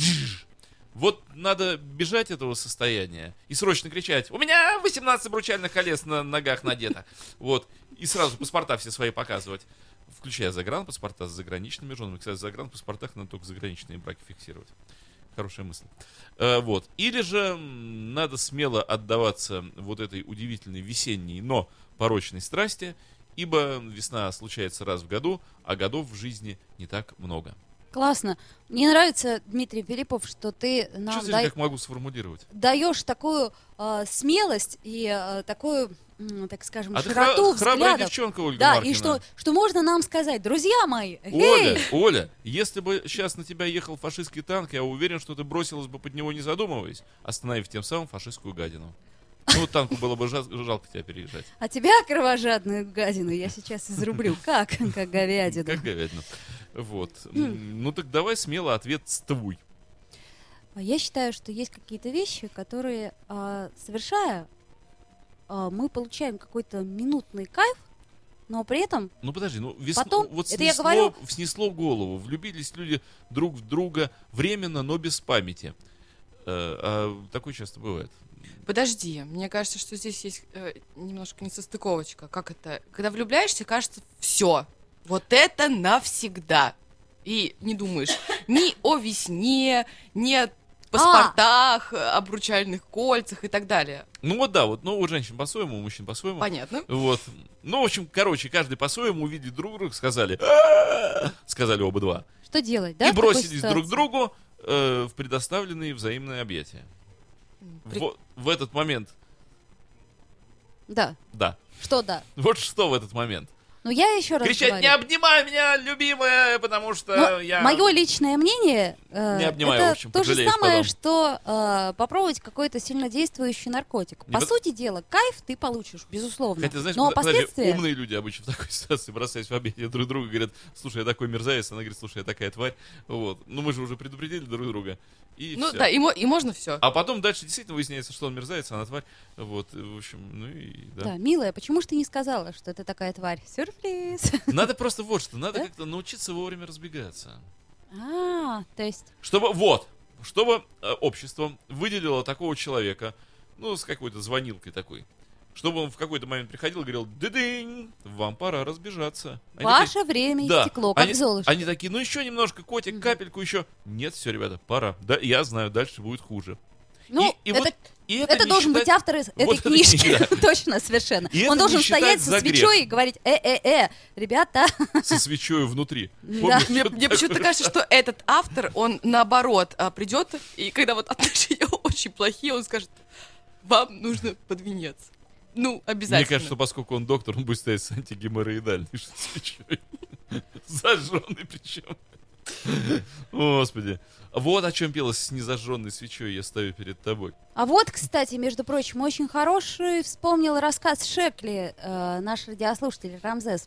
Вот надо бежать этого состояния и срочно кричать: у меня 18 обручальных колец на ногах надето. Вот. И сразу паспорта все свои показывать. Включая загранпаспорта с заграничными женами. Кстати, в загранпаспортах надо только заграничные браки фиксировать. Хорошая мысль. Вот. Или же надо смело отдаваться вот этой удивительной весенней, но порочной страсти, ибо весна случается раз в году, а годов в жизни не так много. Классно. Мне нравится, Дмитрий Филиппов, что ты нам Что здесь как могу сформулировать? даешь такую смелость и такую, так скажем, А ты широту храбрая взглядов. девчонка, Ольга Да, Маркина. и что можно нам сказать, друзья мои, Оля, если бы сейчас на тебя ехал фашистский танк, я уверен, что ты бросилась бы под него, не задумываясь, остановив тем самым фашистскую гадину. Ну, танку было бы жалко тебя переезжать. А тебя, кровожадную гадину, я сейчас изрублю. Как говядину. Как говядину. Вот. Ну так давай смело ответ твой. Я считаю, что есть какие-то вещи, которые, совершая, мы получаем какой-то минутный кайф, но при этом Ну подожди, Потом, вот это я говорю- снесло голову, влюбились люди друг в друга временно, но без памяти. Такое часто бывает. Подожди, мне кажется, что здесь есть немножко несостыковочка. Как это? Когда влюбляешься, кажется, все. Вот это навсегда. И не думаешь ни о весне, ни о паспортах, обручальных кольцах и так далее. Ну вот да, вот, ну у женщин по-своему, у мужчин по-своему. Понятно. Вот. Ну, в общем, каждый по-своему увидели друг друга, сказали оба два. что делать, да? И в такой бросились друг ситуации? к другу в предоставленные взаимные объятия. В этот момент, Да. да. Что да? Вот что в этот момент. Ну, я еще раз Кричать: говорю. не обнимай меня, любимая, потому что Но я... мое личное мнение, Не обнимаю, это в общем, то же пожалеешь самое, потом. что попробовать какой-то сильнодействующий наркотик. Не По под- сути дела, кайф ты получишь, безусловно. Хотя, знаешь, Но подожди, последствия... умные люди обычно в такой ситуации, бросаясь в объятия друг друга, говорят: слушай, я такой мерзавец, она говорит: слушай, я такая тварь. Вот. Ну мы же уже предупредили друг друга. И Ну всё. да, и можно все. А потом дальше действительно выясняется, что он мерзавец, а она тварь. Вот, в общем, ну и да. Да, милая, почему же ты не сказала, что это такая тварь? Сюрприз. Надо просто вот что, надо Да? как-то научиться вовремя разбегаться. То есть... Чтобы общество выделило такого человека, ну, с какой-то звонилкой такой, чтобы он в какой-то момент приходил и говорил: дыдынь, вам пора разбежаться. Они Ваше время такие, истекло, да, как Золушка. они такие: ну еще немножко, котик, капельку еще. Нет, все, ребята, пора. Да, я знаю, дальше будет хуже. Ну, И вот- и это это не должен считать- быть автор этой Вот это книжки. книга. Точно, совершенно. И это Он не должен считать стоять со за грех. свечой и говорить: ребята, Со свечой внутри. Да. Помнишь, Мне, что мне почему-то кажется, что этот автор, он наоборот придет, и когда вот отношения очень плохие, он скажет: вам нужно под венец. Ну, обязательно. Мне кажется, что поскольку он доктор, он будет стоять с антигеморроидальной свечой. Зажженной причем. Господи. Вот о чем пелось: с незажженной свечой я стою перед тобой. А вот, кстати, между прочим, очень хороший вспомнил рассказ Шекли, наш радиослушатель Рамзес,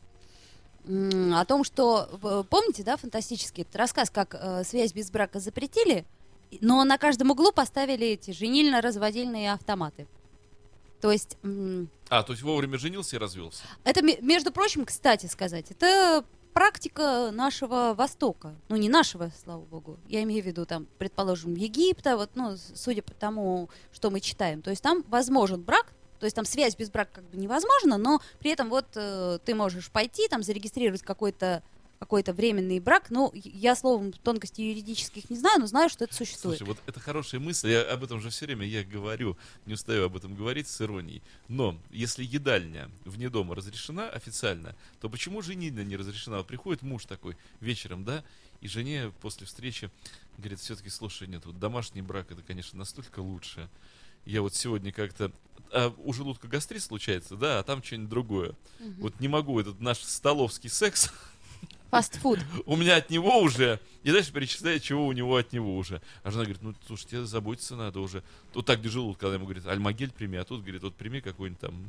о том, что, помните, да, фантастический этот рассказ, как связь без брака запретили, но на каждом углу поставили эти женильно-разводильные автоматы. То есть... То есть вовремя женился и развелся. Это, между прочим, кстати сказать, это практика нашего Востока. Ну, не нашего, слава богу. Я имею в виду, там, предположим, Египта, вот, ну, судя по тому, что мы читаем. То есть там возможен брак То есть там связь без брака как бы невозможна, но при этом вот ты можешь пойти, там зарегистрировать какой-то временный брак. Ну, я, словом, тонкостей юридических не знаю, но знаю, что это существует. Слушай, вот это хорошая мысль, я об этом же все время я говорю, не устаю об этом говорить с иронией. Но если едальня вне дома разрешена официально, то почему женитьба не разрешена? Вот приходит муж такой вечером, да, и жене после встречи говорит, все-таки, слушай, нет, вот домашний брак, это, конечно, настолько лучше. Я вот сегодня как-то... у желудка гастрит случается, да, а там что-нибудь другое. Вот не могу этот наш столовский секс... Фастфуд. У меня от него уже. И дальше перечисляет, чего у него от него уже. А жена говорит, ну, слушай, тебе заботиться надо уже. Вот так, где желудок, когда ему говорит, альмагель прими, а тут, говорит, вот прими какой-нибудь там...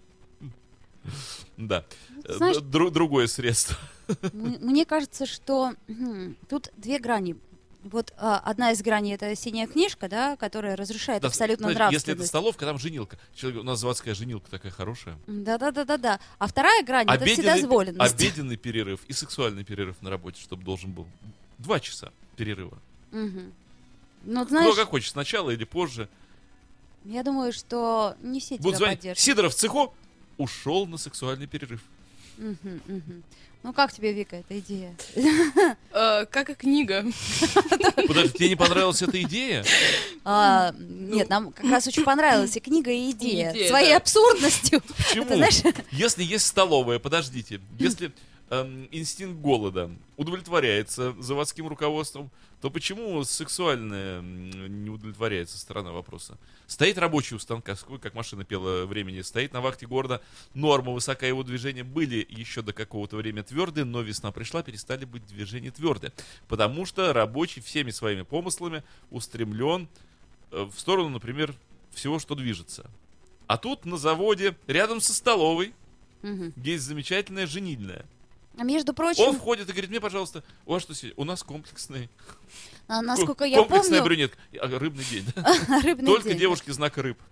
Да. Знаешь- Другое средство. Мне кажется, что тут две грани. Вот одна из граней — это синяя книжка, да, которая разрешает Да, абсолютно знаете, нравственность. если это столовка, там женилка. Человек, у нас заводская женилка такая хорошая. Да. А вторая грань — это вседозволенность. Обеденный перерыв и сексуальный перерыв на работе, чтобы должен был. 2 часа перерыва. Мгм. Ну, Кто знаешь, как хочет, сначала или позже. я думаю, что не все Будут тебя звонить. поддержат. Сидоров в цеху ушел на сексуальный перерыв. Мгм. Ну, как тебе, Вика, эта идея? Как и книга. Подожди, тебе не понравилась эта идея? Нет, нам как раз очень понравилась и книга, и идея. Идея, Своей да. абсурдностью. Почему? Это, знаешь, Если есть столовая, подождите, если инстинкт голода удовлетворяется заводским руководством, то почему сексуальная не удовлетворяется сторона вопроса? Стоит рабочий у станка, сколько, как машина пела времени, стоит на вахте города, норма высока, его движения были еще до какого-то времени твердые, но весна пришла, перестали быть движения твердые. Потому что рабочий всеми своими помыслами устремлен в сторону, например, всего, что движется. А тут на заводе, рядом со столовой, мгм. есть замечательная женильная. А между Он прочим, входит и говорит, мне, пожалуйста, у вас что сегодня? У нас комплексный. насколько я Комплексная помню, брюнетка. Рыбный день, да? рыбный Только день. девушки знака рыб.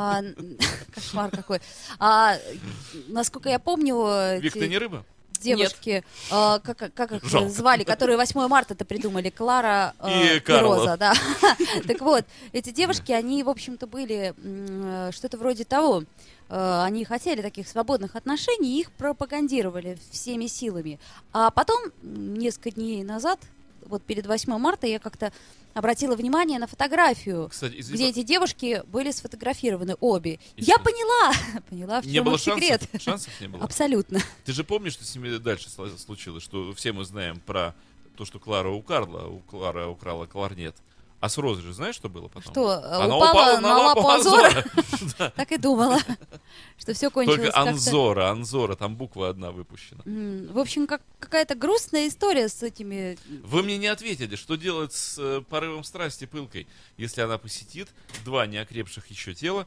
Кошмар какой. Насколько я помню, Вик, ты эти не рыба? девушки, как их Жалко. звали, которые 8 марта-то придумали, Клара И и Карла. Роза, да. Так вот, эти девушки, они, в общем-то, были что-то вроде того. Они хотели таких свободных отношений, и их пропагандировали всеми силами. А потом, несколько дней назад, вот перед 8 марта, я как-то обратила внимание на фотографию, Кстати, где эти девушки были сфотографированы обе. И Я что? поняла, в не чем было их секрет. шансов не было. Абсолютно. Ты же помнишь, что с ними дальше случилось? Что все мы знаем про то, что Клара у Клара украла кларнет. А с Розой же знаешь, что было потом? Что, Она упала на лапу Анзора? Да. Так и думала, что все кончилось Только как-то. Анзора, там буква одна выпущена. В общем, какая-то грустная история с этими... Вы мне не ответили, что делать с порывом страсти пылкой, если она посетит 2 неокрепших еще тела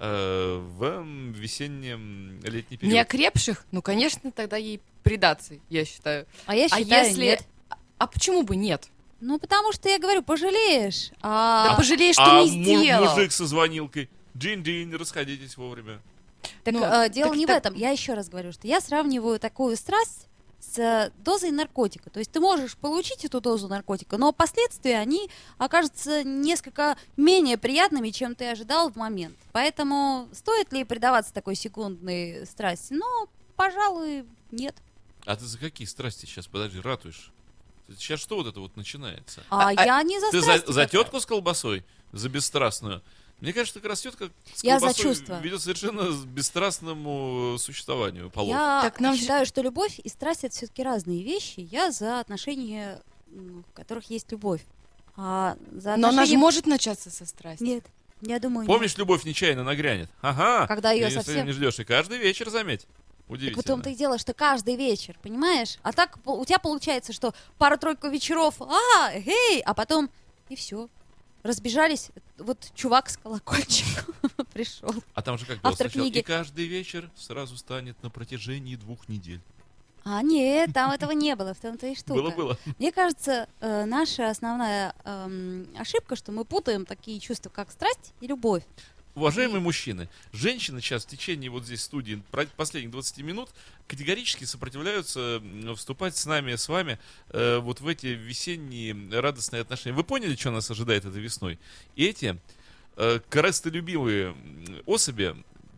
в весеннем летний период? Не окрепших? Ну, конечно, тогда ей предаться, я считаю. А я А считаю, если... нет. А почему бы нет? Ну, потому что я говорю, пожалеешь. Да пожалеешь, что не сделал. Мужик со звонилкой. Джин-джин, расходитесь вовремя. Так Ну, дело так- не в так- этом. Я еще раз говорю, что я сравниваю такую страсть с дозой наркотика. То есть ты можешь получить эту дозу наркотика, но последствия, они окажутся несколько менее приятными, чем ты ожидал в момент. Поэтому стоит ли предаваться такой секундной страсти? Ну, пожалуй, нет. А ты за какие страсти сейчас, подожди, ратуешь? Сейчас что вот это вот начинается? Я не за Ты страсти. за какая. тетку с колбасой? За бесстрастную? Мне кажется, как раз тетка с Я за колбасой чувства. ведет совершенно бесстрастному существованию полов. Я Так нам считаю, что любовь и страсть — это все-таки разные вещи. Я за отношения, в которых есть любовь. А за Но она же отношения... может начаться со страсти. Нет, я думаю, Помнишь, любовь нечаянно нагрянет? Ага. Когда её Если совсем- не ждешь. И каждый вечер, заметь. Так Удивительно. в том-то и дело, что каждый вечер, понимаешь? А так у тебя получается, что пару-тройку вечеров, эй, а потом и все. Разбежались, вот чувак с колокольчиком пришел. А там же как было Автор сначала? книги. И каждый вечер сразу станет на протяжении 2 недель. А нет, там этого не было, в том-то и штука. Было. Мне кажется, наша основная ошибка, что мы путаем такие чувства, как страсть и любовь. Уважаемые мужчины, женщины сейчас в течение вот здесь студии последних 20 минут категорически сопровождаются вступать с нами, с вами вот в эти весенние радостные отношения. Вы поняли, что нас ожидает этой весной? И эти корыстолюбивые особи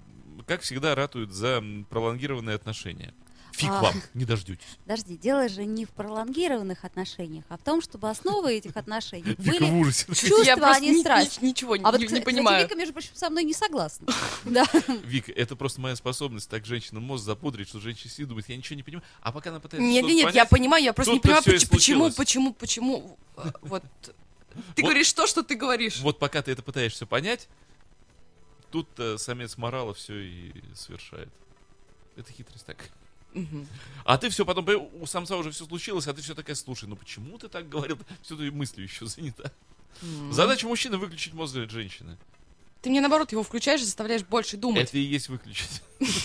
как всегда, ратуют за пролонгированные отношения. Фиг вам, не дождетесь. Подожди, дело же не в пролонгированных отношениях, а в том, чтобы основой этих отношений Вика в были ужасе. Я чувства, а просто не страсть. ничего А вот, не кстати, понимаю. Вика, между прочим, со мной не согласна. Да. Вика, это просто моя способность так женщинам мозг запудрить, что женщина сидит и думает, я ничего не понимаю. А пока она пытается Нет, что-то нет, я понять, понимаю, я просто не тут-то понимаю, всё и почему, случилось. вот ты Вот. говоришь то, что ты говоришь. вот пока ты это пытаешься понять, тут самец морала все и совершает. Это хитрость такая. Мгм. А ты все потом, у самца уже все случилось, а ты все такая, слушай, ну почему ты так говорил? Все ты мыслью еще занята. Задача мужчины выключить мозг от женщины. Ты мне наоборот его включаешь и заставляешь больше думать. Это и есть выключить.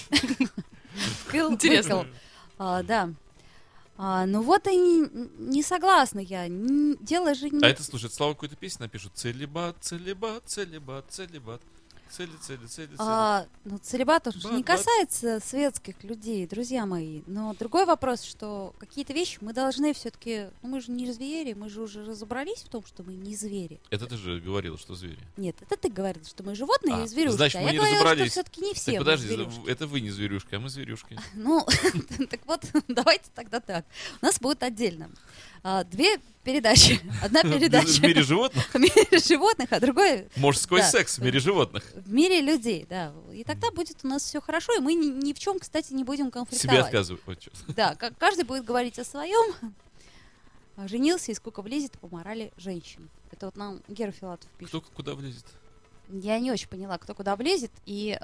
Интересно. Да. Ну вот и не согласна я. Дело же не... А это, слушай, это слова какой-то песни напишут. Целебат, целебат, целебат, целебат. Цели. Ну, целибат уж не Бат. касается светских людей, друзья мои. Но другой вопрос, что какие-то вещи мы должны все-таки... Ну, мы же не звери, мы же уже разобрались в том, что мы не звери. Это ты же говорила, что звери. Нет, это ты говорил, что мы животные А, и зверюшки. значит, мы я не говорила, что разобрались. все-таки не все Так мы подожди, зверюшки. это вы не зверюшка, а мы зверюшки. Ну, так вот, давайте тогда так. У нас будет отдельно. Две передачи. Одна В передача мире животных? в мире животных, а другой Мужской Да. секс в мире животных. в мире людей, да. И тогда будет у нас все хорошо, и мы ни в чем, кстати, не будем Себе конфликтовать. отказываю. Ой, чё. Да, каждый будет говорить о своем. Женился и сколько влезет по морали женщин. Это вот нам Гера Филатов пишет. Кто куда влезет? Я не очень поняла, кто куда влезет. И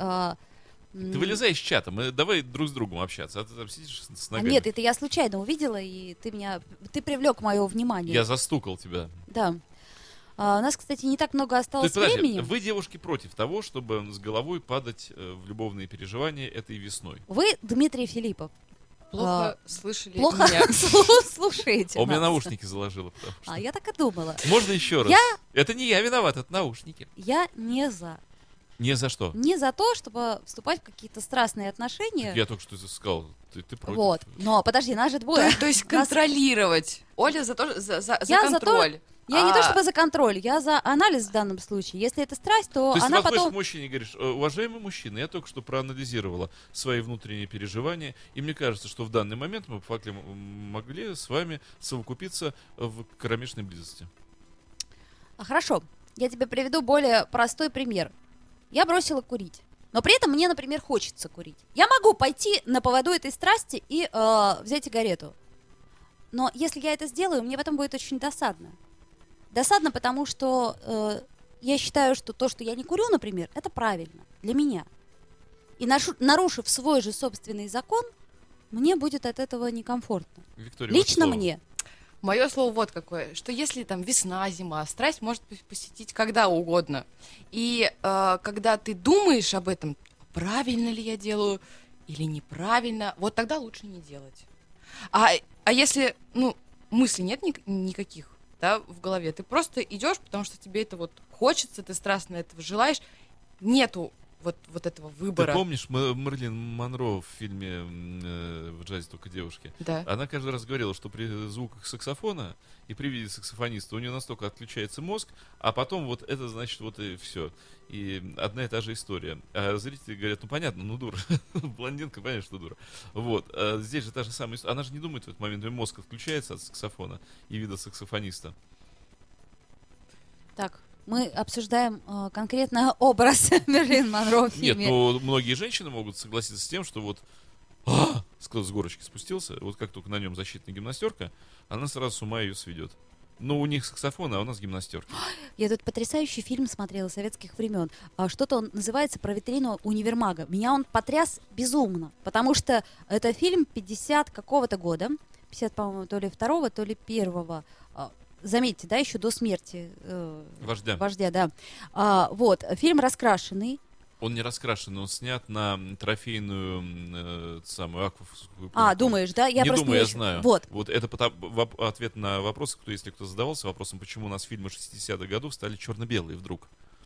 Ты вылезай из чата, мы давай друг с другом общаться, а ты там сидишь с ногами. нет, это я случайно увидела, и ты привлек мое внимание. Я застукал тебя. Да. У нас, кстати, не так много То осталось есть, подожди, времени. вы, девушки, против того, чтобы с головой падать в любовные переживания этой весной. Вы, Дмитрий Филиппов, Плохо слышали плохо меня. слушаете А у меня нас. наушники заложило, потому что... Я так и думала. Можно еще раз? Я- Это не я виноват, это наушники. Я не за. Не за что. Не за то, чтобы вступать в какие-то страстные отношения. Я только что сказал, ты против. Вот. Но подожди, нас же двое. То есть Нас- контролировать. Оля за Я за то- контроль. Я не то чтобы за контроль, я за анализ в данном случае. Если это страсть, то То есть она ты подходишь потом... к мужчине и говоришь, уважаемый мужчина, я только что проанализировала свои внутренние переживания, и мне кажется, что в данный момент мы могли с вами совокупиться в кромешной близости. Хорошо, я тебе приведу более простой пример. Я бросила курить. Но при этом мне, например, хочется курить. Я могу пойти на поводу этой страсти и взять сигарету. Но если я это сделаю, мне в этом будет очень досадно. Досадно, потому что я считаю, что то, что я не курю, например, это правильно для меня. И нарушив свой же собственный закон, мне будет от этого некомфортно. Виктория, Лично ваше слово. мне. Мое слово вот какое, что если там весна, зима, страсть может посетить когда угодно. И когда ты думаешь об этом, правильно ли я делаю или неправильно, вот тогда лучше не делать. А если, мыслей нет никаких, да, в голове, ты просто идешь, потому что тебе это вот хочется, ты страстно этого желаешь, нету вот этого Ты выбора. помнишь Мэрилин Монро в фильме «В джазе только девушки»? Да. Она каждый раз говорила, что при звуках саксофона и при виде саксофониста у нее настолько отключается мозг, а потом вот это значит вот и все. И одна и та же история. А зрители говорят, понятно, дура. Блондинка, понятно, что дура. Вот. А здесь же та же самая история. Она же не думает в этот момент, ее мозг отключается от саксофона и вида саксофониста. Так, мы обсуждаем конкретно образ Мерлин Монро в Нет, фильме. но многие женщины могут согласиться с тем, что вот кто с горочки спустился, вот как только на нем защитная гимнастерка, она сразу с ума ее сведет. Но у них саксофон, а у нас гимнастерки. Я тут потрясающий фильм смотрела советских времен. Что-то он называется про витрину универмага. Меня он потряс безумно, потому что это фильм 50 какого-то года, 50, по-моему, то ли 2-го, то ли 1-го. Заметьте, да, еще до смерти вождя, да. Вот, фильм раскрашенный. Он не раскрашен, он снят на трофейную самую аквовскую. Думаешь, да? Я не просто думаю, я очень- знаю. Вот. Это ответ на вопрос, если кто задавался вопросом, почему у нас фильмы 60-х годов стали черно-белые вдруг.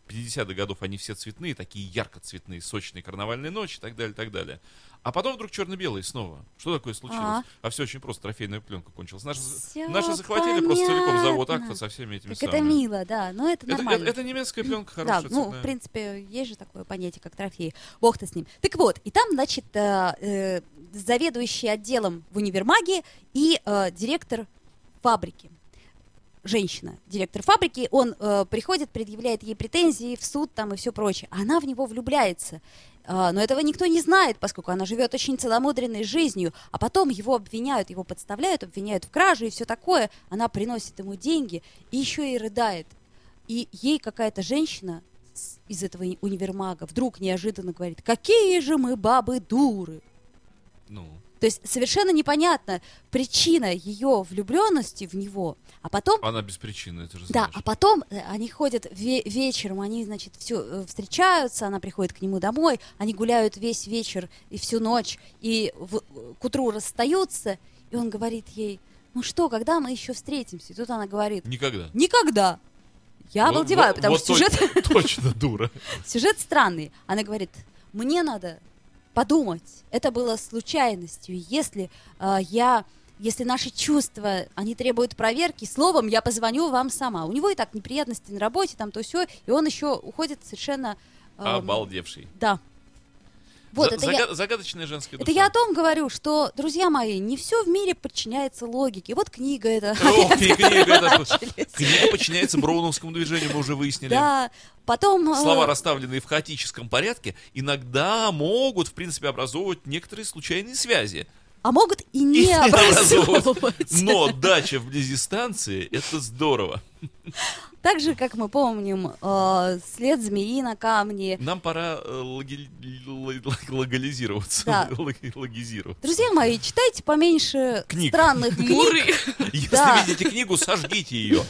50-х годов они все цветные, такие ярко-цветные, сочные карнавальные ночи и так далее, так далее. А потом вдруг черно-белые снова. Что такое случилось? А все очень просто, трофейная пленка кончилась. Наши захватили просто целиком завод Аква со всеми этими Как это мило, да, но это нормально. Это немецкая пленка Да, хорошая, ну, цветная. в принципе, есть же такое понятие, как трофей. Бог ты с ним. Так вот, и там, значит, заведующий отделом в универмаге и директор фабрики. Женщина, директор фабрики, он приходит, предъявляет ей претензии в суд там и все прочее. Она в него влюбляется. Но этого никто не знает, поскольку она живет очень целомудренной жизнью. А потом его обвиняют, его подставляют, обвиняют в краже и все такое. Она приносит ему деньги и еще и рыдает. И ей какая-то женщина из этого универмага вдруг неожиданно говорит: какие же мы бабы дуры. Ну. То есть совершенно непонятна причина ее влюбленности в него, а потом... Она без причины, это же Да, знаешь. а потом они ходят вечером, они, значит, все встречаются, она приходит к нему домой, они гуляют весь вечер и всю ночь, и к утру расстаются, и он говорит ей: ну что, когда мы еще встретимся? И тут она говорит: Никогда. никогда. Я Вот- обалдеваю, потому вот что сюжет... Точно дура. Сюжет странный. Она говорит: мне надо подумать. Это было случайностью. Если если наши чувства, они требуют проверки, словом, я позвоню вам сама. У него и так неприятности на работе, там то сё, и он еще уходит совершенно... Обалдевший. Да. Вот, Загадочная женская душа. это я о том говорю, что, друзья мои, не все в мире подчиняется логике. Вот книга эта. Книга подчиняется броуновскому движению, мы уже выяснили. Да, потом... Слова, расставленные в хаотическом порядке, иногда могут, в принципе, образовывать некоторые случайные связи. А могут и не образовывать. Но дача вблизи станции — это здорово. Так же, как мы помним, след змеи на камне. Нам пора легализироваться. Да. Логизироваться. Друзья мои, читайте поменьше Книг. странных книг. Если Да. видите книгу, сожгите ее.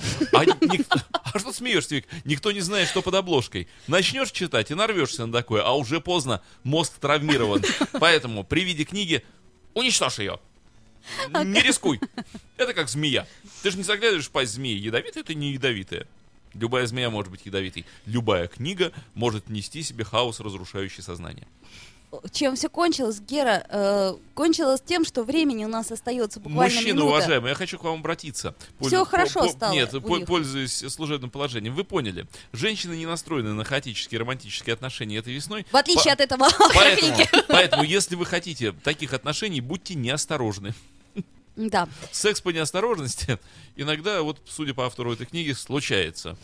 А что смеешься, Вик? Никто не знает, что под обложкой. Начнешь читать и нарвешься на такое, а уже поздно, мозг травмирован. Поэтому при виде книги уничтожь ее. Не рискуй. Это как змея. Ты же не заглядываешь в пасть змеи. Ядовитая это не ядовитая. Любая змея может быть ядовитой. Любая книга может нести себе хаос, разрушающий сознание. Чем все кончилось, Гера? Кончилось тем, что времени у нас остается буквально Мужчины, минута. уважаемые, я хочу к вам обратиться. Всё хорошо стало Нет, у них. пользуясь служебным положением. Вы поняли, женщины не настроены на хаотические романтические отношения этой весной. В отличие от этого Поэтому, если вы хотите таких отношений, будьте неосторожны. Да. Секс по неосторожности иногда, вот судя по автору этой книги, случается.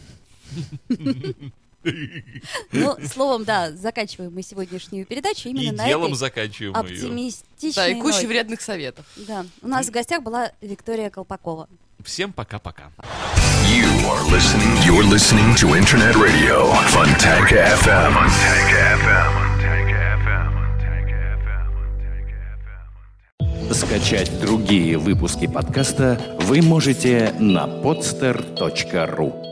Ну, словом, да, заканчиваем мы сегодняшнюю передачу И именно на делом этой заканчиваем ее. оптимистичной Да, и куча ноте. вредных советов. Да. У нас в гостях была Виктория Колпакова. Всем пока-пока. You're listening to Internet Radio Fontanka FM. Fontanka FM. Скачать другие выпуски подкаста вы можете на podster.ru.